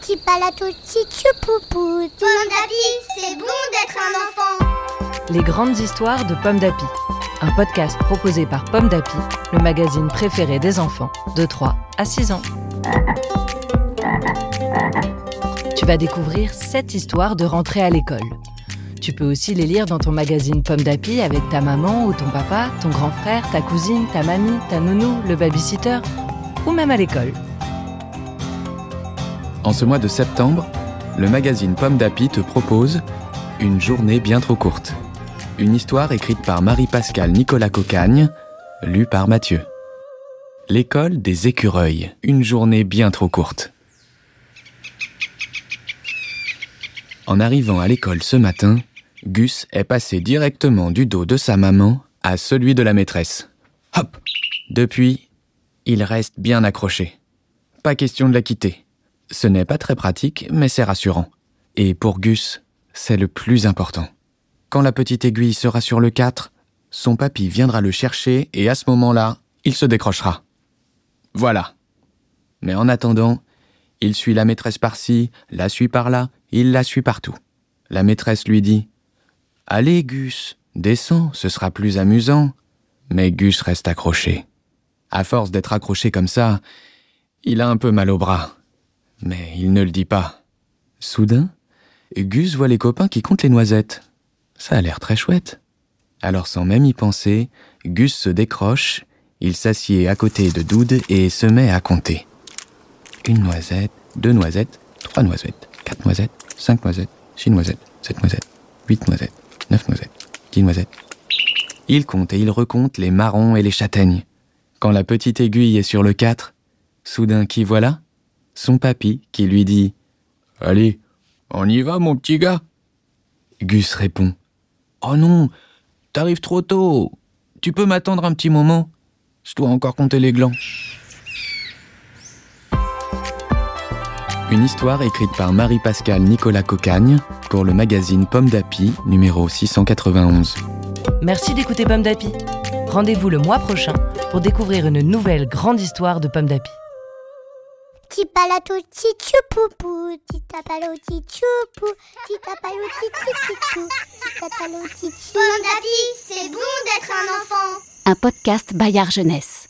Petit palato, petit poupou. Pomme d'Api, c'est bon d'être un enfant. Les grandes histoires de Pomme d'Api. Un podcast proposé par Pomme d'Api, le magazine préféré des enfants de 3 à 6 ans. Tu vas découvrir 7 histoires de rentrée à l'école. Tu peux aussi les lire dans ton magazine Pomme d'Api avec ta maman ou ton papa, ton grand frère, ta cousine, ta mamie, ta nounou, le babysitter, ou même à l'école. En ce mois de septembre, le magazine Pomme d'Api te propose Une journée bien trop courte. Une histoire écrite par Marie-Pascale Nicolas Cocagne, lue par Mathieu. L'école des écureuils. Une journée bien trop courte. En arrivant à l'école ce matin, Gus est passé directement du dos de sa maman à celui de la maîtresse. Hop! Depuis, il reste bien accroché. Pas question de la quitter. Ce n'est pas très pratique, mais c'est rassurant. Et pour Gus, c'est le plus important. Quand la petite aiguille sera sur le 4, son papy viendra le chercher et à ce moment-là, il se décrochera. Voilà. Mais en attendant, il suit la maîtresse par-ci, la suit par-là, il la suit partout. La maîtresse lui dit « Allez Gus, descends, ce sera plus amusant. » Mais Gus reste accroché. À force d'être accroché comme ça, il a un peu mal au bras. Mais il ne le dit pas. Soudain, Gus voit les copains qui comptent les noisettes. Ça a l'air très chouette. Alors sans même y penser, Gus se décroche, il s'assied à côté de Doud et se met à compter. 1 noisette, 2 noisettes, 3 noisettes, 4 noisettes, 5 noisettes, 6 noisettes, 7 noisettes, 8 noisettes, 9 noisettes, 10 noisettes. Il compte et il recompte les marrons et les châtaignes. Quand la petite aiguille est sur le 4, soudain qui voilà ? Son papy qui lui dit « Allez, on y va mon petit gars ?» Gus répond « Oh non, t'arrives trop tôt. Tu peux m'attendre un petit moment ? Je dois encore compter les glands. » Une histoire écrite par Marie-Pascale Nicolas Cocagne pour le magazine Pomme d'Api, numéro 691. Merci d'écouter Pomme d'Api. Rendez-vous le mois prochain pour découvrir une nouvelle grande histoire de Pomme d'Api. Petit palato, petit poupou. Petit palato, petit poupou. Petit palato, petit Pomme d'Api, c'est bon d'être un enfant. Un podcast Bayard Jeunesse.